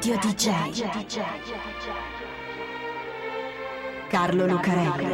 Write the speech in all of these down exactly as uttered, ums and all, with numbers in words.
Radio D J Carlo Lucarelli.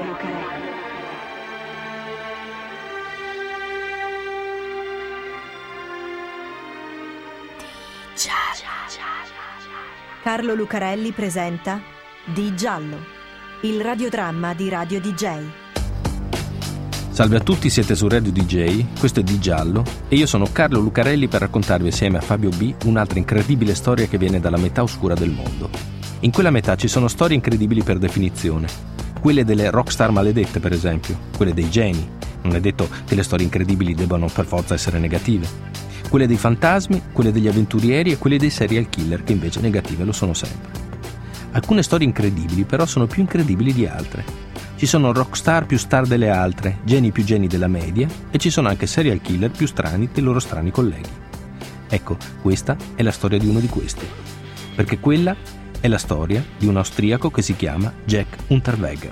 Carlo Lucarelli presenta Di Giallo, il radiodramma di Radio D J. Salve a tutti, siete su Radio D J, questo è Di Giallo e io sono Carlo Lucarelli per raccontarvi assieme a Fabio B un'altra incredibile storia che viene dalla metà oscura del mondo. In quella metà ci sono storie incredibili per definizione, quelle delle rockstar maledette per esempio, quelle dei geni, non è detto che le storie incredibili debbano per forza essere negative, quelle dei fantasmi, quelle degli avventurieri e quelle dei serial killer che invece negative lo sono sempre. Alcune storie incredibili però sono più incredibili di altre. Ci sono rockstar più star delle altre, geni più geni della media e ci sono anche serial killer più strani dei loro strani colleghi. Ecco, questa è la storia di uno di questi, perché quella è la storia di un austriaco che si chiama Jack Unterweger.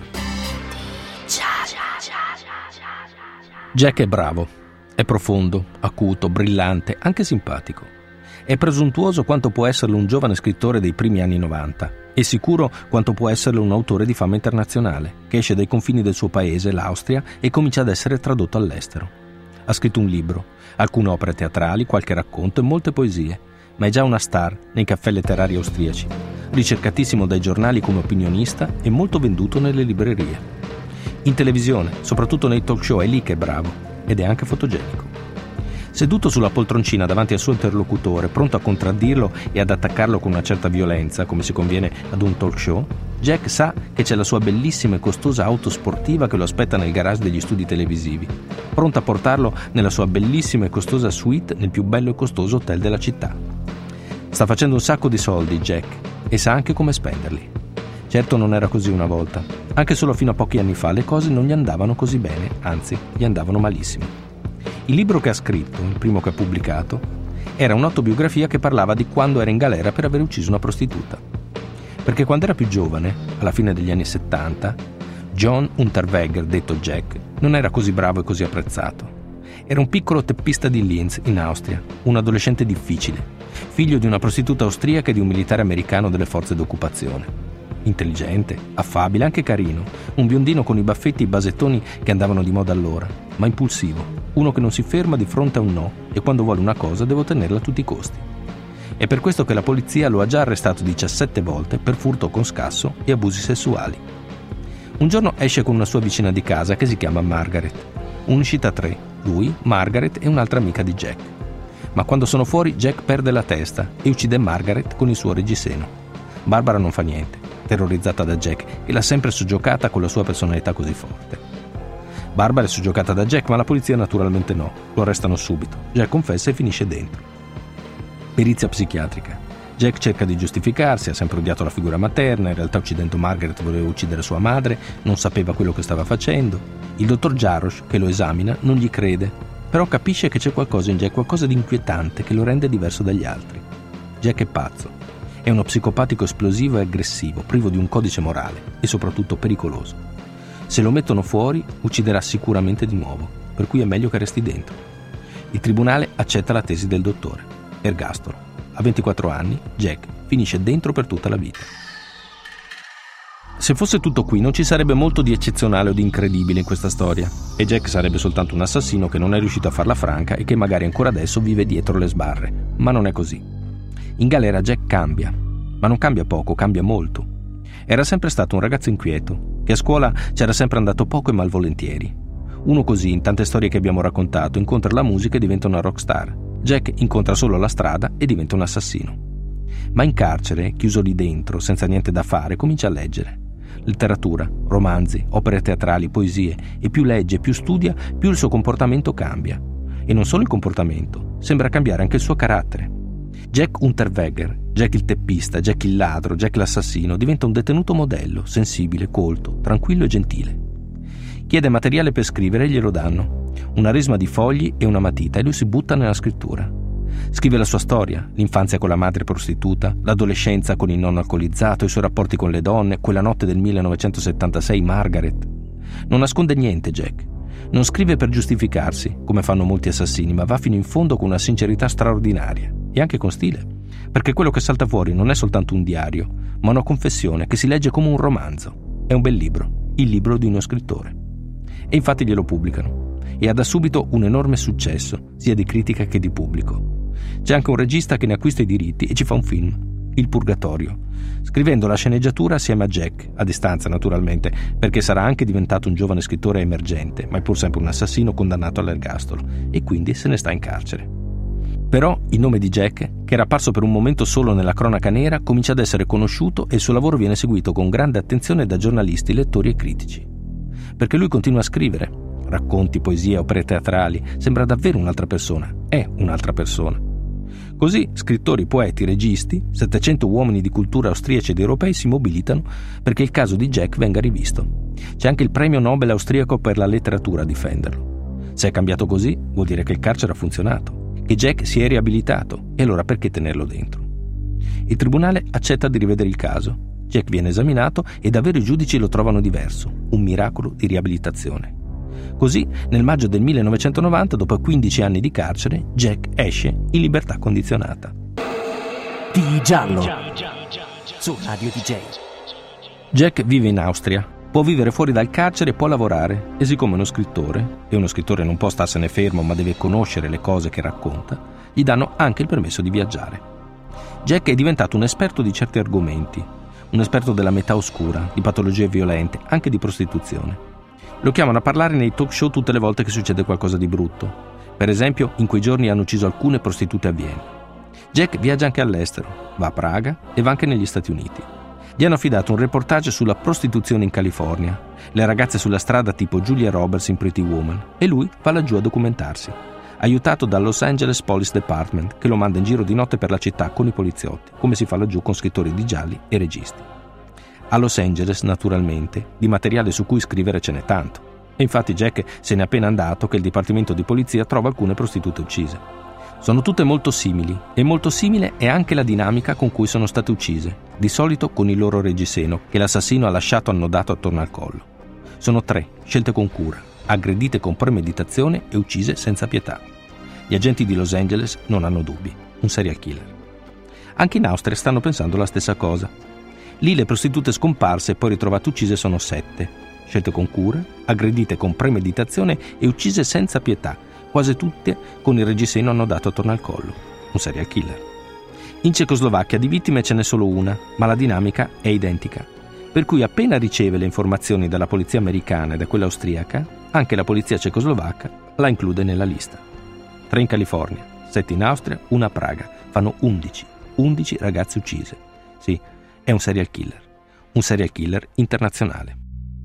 Jack è bravo, è profondo, acuto, brillante, anche simpatico. È presuntuoso quanto può esserlo un giovane scrittore dei primi anni novanta e sicuro quanto può esserlo un autore di fama internazionale che esce dai confini del suo paese, l'Austria, e comincia ad essere tradotto all'estero. Ha scritto un libro, alcune opere teatrali, qualche racconto e molte poesie, ma è già una star nei caffè letterari austriaci, ricercatissimo dai giornali come opinionista e molto venduto nelle librerie. In televisione, soprattutto nei talk show, è lì che è bravo ed è anche fotogenico. Seduto sulla poltroncina davanti al suo interlocutore, pronto a contraddirlo e ad attaccarlo con una certa violenza, come si conviene ad un talk show, Jack sa che c'è la sua bellissima e costosa auto sportiva che lo aspetta nel garage degli studi televisivi, pronta a portarlo nella sua bellissima e costosa suite nel più bello e costoso hotel della città. Sta facendo un sacco di soldi, Jack, e sa anche come spenderli. Certo non era così una volta. Anche solo fino a pochi anni fa le cose non gli andavano così bene, anzi, gli andavano malissimo. Il libro che ha scritto, il primo che ha pubblicato, era un'autobiografia che parlava di quando era in galera per aver ucciso una prostituta. Perché quando era più giovane, alla fine degli anni settanta, John Unterweger, detto Jack, non era così bravo e così apprezzato. Era un piccolo teppista di Linz, in Austria, un adolescente difficile, figlio di una prostituta austriaca e di un militare americano delle forze d'occupazione. Intelligente, affabile, anche carino, un biondino con i baffetti e i basettoni che andavano di moda allora, ma impulsivo, uno che non si ferma di fronte a un no e quando vuole una cosa deve ottenerla a tutti i costi. È per questo che la polizia lo ha già arrestato diciassette volte per furto con scasso e abusi sessuali. Un giorno esce con una sua vicina di casa che si chiama Margaret, un'uscita a tre, lui, Margaret e un'altra amica di Jack. Ma quando sono fuori Jack perde la testa e uccide Margaret con il suo reggiseno. Barbara non fa niente, terrorizzata da Jack, che l'ha sempre soggiocata con la sua personalità così forte. Barbara è soggiocata da Jack, ma la polizia naturalmente no, lo arrestano subito. Jack confessa e finisce dentro. Perizia psichiatrica. Jack cerca di giustificarsi, ha sempre odiato la figura materna, in realtà uccidendo Margaret voleva uccidere sua madre, non sapeva quello che stava facendo. Il dottor Jarosz, che lo esamina, non gli crede, però capisce che c'è qualcosa in Jack, qualcosa di inquietante che lo rende diverso dagli altri. Jack è pazzo. È uno psicopatico esplosivo e aggressivo, privo di un codice morale e soprattutto pericoloso. Se lo mettono fuori, ucciderà sicuramente di nuovo, per cui è meglio che resti dentro. Il tribunale accetta la tesi del dottore. Ergastolo. A ventiquattro anni, Jack finisce dentro per tutta la vita. Se fosse tutto qui, non ci sarebbe molto di eccezionale o di incredibile in questa storia, e Jack sarebbe soltanto un assassino che non è riuscito a farla franca e che magari ancora adesso vive dietro le sbarre. Ma non è così. In galera Jack cambia, ma non cambia poco, cambia molto. Era sempre stato un ragazzo inquieto, che a scuola c'era sempre andato poco e malvolentieri. Uno così, in tante storie che abbiamo raccontato, incontra la musica e diventa una rockstar. Jack incontra solo la strada e diventa un assassino. Ma in carcere, chiuso lì dentro, senza niente da fare, comincia a leggere. Letteratura, romanzi, opere teatrali, poesie, e più legge, più studia, più il suo comportamento cambia. E non solo il comportamento, sembra cambiare anche il suo carattere. Jack Unterweger, Jack il teppista, Jack il ladro, Jack l'assassino, diventa un detenuto modello, sensibile, colto, tranquillo e gentile. Chiede materiale per scrivere e glielo danno. Una resma di fogli e una matita e lui si butta nella scrittura. Scrive la sua storia, l'infanzia con la madre prostituta, l'adolescenza con il nonno alcolizzato, i suoi rapporti con le donne, quella notte del millenovecentosettantasei, Margaret. Non nasconde niente Jack. Non scrive per giustificarsi, come fanno molti assassini, ma va fino in fondo con una sincerità straordinaria e anche con stile. Perché quello che salta fuori non è soltanto un diario, ma una confessione che si legge come un romanzo. È un bel libro, il libro di uno scrittore. E infatti glielo pubblicano. E ha da subito un enorme successo, sia di critica che di pubblico. C'è anche un regista che ne acquista i diritti e ci fa un film, Il Purgatorio, scrivendo la sceneggiatura assieme a Jack, a distanza naturalmente, perché sarà anche diventato un giovane scrittore emergente, ma è pur sempre un assassino condannato all'ergastolo, e quindi se ne sta in carcere. Però il nome di Jack, che era apparso per un momento solo nella cronaca nera, comincia ad essere conosciuto e il suo lavoro viene seguito con grande attenzione da giornalisti, lettori e critici. Perché lui continua a scrivere racconti, poesie, opere teatrali, sembra davvero un'altra persona, è un'altra persona. Così scrittori, poeti, registi, settecento uomini di cultura austriaci ed europei si mobilitano perché il caso di Jack venga rivisto. C'è anche il premio Nobel austriaco per la letteratura a difenderlo. Se è cambiato così, vuol dire che il carcere ha funzionato, che Jack si è riabilitato, e allora perché tenerlo dentro? Il tribunale accetta di rivedere il caso. Jack viene esaminato e davvero i giudici lo trovano diverso, un miracolo di riabilitazione. Così, nel maggio del millenovecentonovanta, dopo quindici anni di carcere, Jack esce in libertà condizionata. Di Giallo su Radio D J. Jack vive in Austria, può vivere fuori dal carcere e può lavorare, e siccome è uno scrittore, e uno scrittore non può starsene fermo ma deve conoscere le cose che racconta, gli danno anche il permesso di viaggiare. Jack è diventato un esperto di certi argomenti, un esperto della metà oscura, di patologie violente, anche di prostituzione. Lo chiamano a parlare nei talk show tutte le volte che succede qualcosa di brutto. Per esempio, in quei giorni hanno ucciso alcune prostitute a Vienna. Jack viaggia anche all'estero, va a Praga e va anche negli Stati Uniti. Gli hanno affidato un reportage sulla prostituzione in California, le ragazze sulla strada tipo Julia Roberts in Pretty Woman, e lui va laggiù a documentarsi, aiutato dal Los Angeles Police Department, che lo manda in giro di notte per la città con i poliziotti, come si fa laggiù con scrittori di gialli e registi. A Los Angeles, naturalmente, di materiale su cui scrivere ce n'è tanto. E infatti Jack se n'è appena andato che il dipartimento di polizia trova alcune prostitute uccise. Sono tutte molto simili, e molto simile è anche la dinamica con cui sono state uccise, di solito con il loro reggiseno, che l'assassino ha lasciato annodato attorno al collo. Sono tre, scelte con cura, aggredite con premeditazione e uccise senza pietà. Gli agenti di Los Angeles non hanno dubbi, un serial killer. Anche in Austria stanno pensando la stessa cosa. Lì le prostitute scomparse e poi ritrovate uccise sono sette, scelte con cura, aggredite con premeditazione e uccise senza pietà, quasi tutte con il reggiseno annodato attorno al collo, un serial killer. In Cecoslovacchia di vittime ce n'è solo una, ma la dinamica è identica, per cui appena riceve le informazioni dalla polizia americana e da quella austriaca, anche la polizia cecoslovacca la include nella lista. Tre in California, sette in Austria, una a Praga, fanno undici, undici ragazze uccise. Sì, è un serial killer, un serial killer internazionale.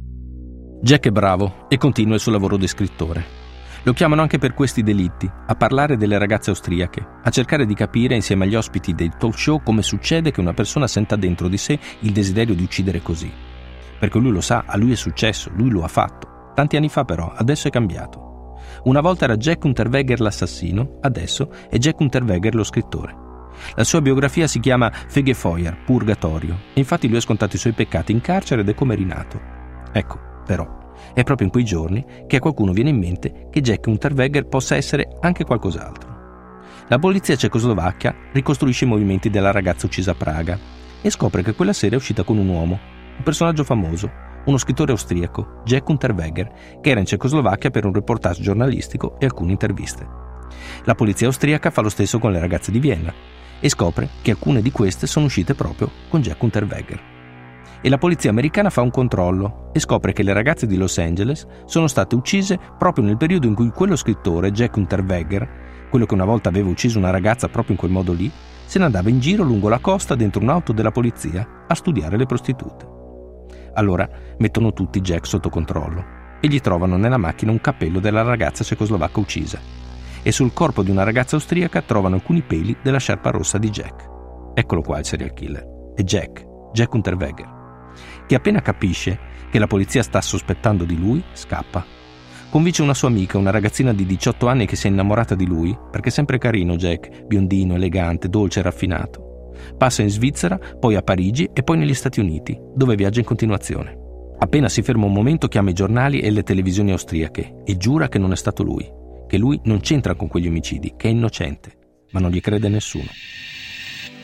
Jack è bravo e continua il suo lavoro di scrittore. Lo chiamano anche per questi delitti, a parlare delle ragazze austriache, a cercare di capire insieme agli ospiti dei talk show come succede che una persona senta dentro di sé il desiderio di uccidere così. Perché lui lo sa, a lui è successo, lui lo ha fatto. Tanti anni fa però, adesso è cambiato. Una volta era Jack Unterweger l'assassino, adesso è Jack Unterweger lo scrittore. La sua biografia si chiama Fegefeuer, Purgatorio, e infatti lui ha scontato i suoi peccati in carcere ed è come rinato. Ecco, però, è proprio in quei giorni che a qualcuno viene in mente che Jack Unterweger possa essere anche qualcos'altro. La polizia cecoslovacca ricostruisce i movimenti della ragazza uccisa a Praga e scopre che quella sera è uscita con un uomo, un personaggio famoso, uno scrittore austriaco, Jack Unterweger, che era in Cecoslovacchia per un reportage giornalistico e alcune interviste. La polizia austriaca fa lo stesso con le ragazze di Vienna e scopre che alcune di queste sono uscite proprio con Jack Unterweger. E la polizia americana fa un controllo e scopre che le ragazze di Los Angeles sono state uccise proprio nel periodo in cui quello scrittore, Jack Unterweger, quello che una volta aveva ucciso una ragazza proprio in quel modo lì, se ne andava in giro lungo la costa dentro un'auto della polizia a studiare le prostitute. Allora mettono tutti Jack sotto controllo e gli trovano nella macchina un cappello della ragazza cecoslovacca uccisa. E sul corpo di una ragazza austriaca trovano alcuni peli della sciarpa rossa di Jack. Eccolo qua il serial killer. È Jack, Jack Unterweger, che appena capisce che la polizia sta sospettando di lui, scappa. Convince una sua amica, una ragazzina di diciotto anni che si è innamorata di lui, perché è sempre carino Jack, biondino, elegante, dolce e raffinato. Passa in Svizzera, poi a Parigi e poi negli Stati Uniti, dove viaggia in continuazione. Appena si ferma un momento chiama i giornali e le televisioni austriache e giura che non è stato lui, che lui non c'entra con quegli omicidi, che è innocente, ma non gli crede nessuno.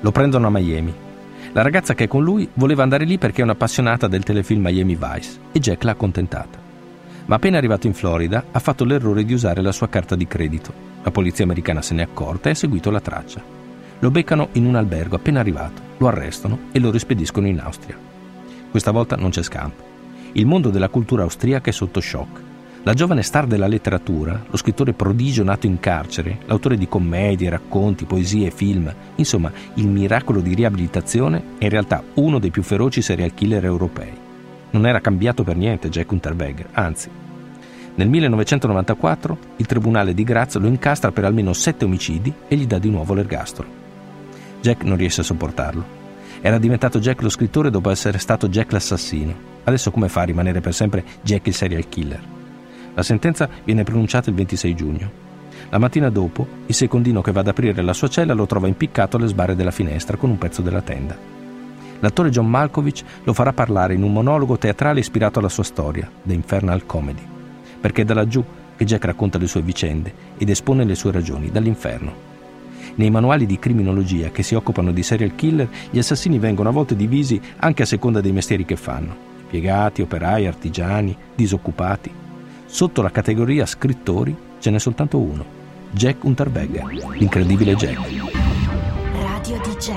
Lo prendono a Miami. La ragazza che è con lui voleva andare lì perché è un'appassionata del telefilm Miami Vice e Jack l'ha accontentata. Ma appena arrivato in Florida ha fatto l'errore di usare la sua carta di credito. La polizia americana se n'è accorta e ha seguito la traccia. Lo beccano in un albergo appena arrivato, lo arrestano e lo rispediscono in Austria. Questa volta non c'è scampo. Il mondo della cultura austriaca è sotto shock. La giovane star della letteratura, lo scrittore prodigio nato in carcere, l'autore di commedie, racconti, poesie e film, insomma il miracolo di riabilitazione, è in realtà uno dei più feroci serial killer europei. Non era cambiato per niente Jack Unterweger, anzi. Nel millenovecentonovantaquattro il tribunale di Graz lo incastra per almeno sette omicidi e gli dà di nuovo l'ergastolo. Jack non riesce a sopportarlo. Era diventato Jack lo scrittore dopo essere stato Jack l'assassino. Adesso come fa a rimanere per sempre Jack il serial killer? La sentenza viene pronunciata il ventisei giugno. La mattina dopo, il secondino che va ad aprire la sua cella lo trova impiccato alle sbarre della finestra con un pezzo della tenda. L'attore John Malkovich lo farà parlare in un monologo teatrale ispirato alla sua storia, The Infernal Comedy, perché è da laggiù che Jack racconta le sue vicende ed espone le sue ragioni, dall'inferno. Nei manuali di criminologia che si occupano di serial killer, gli assassini vengono a volte divisi anche a seconda dei mestieri che fanno: impiegati, operai, artigiani, disoccupati. Sotto la categoria scrittori ce n'è soltanto uno: Jack Unterweger, l'incredibile Jack. Radio D J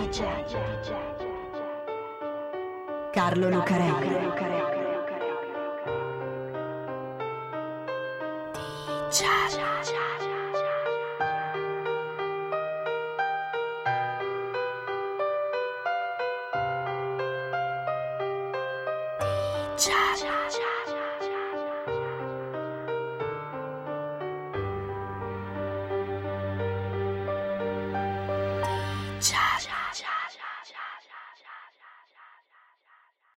Carlo Lucarelli. D J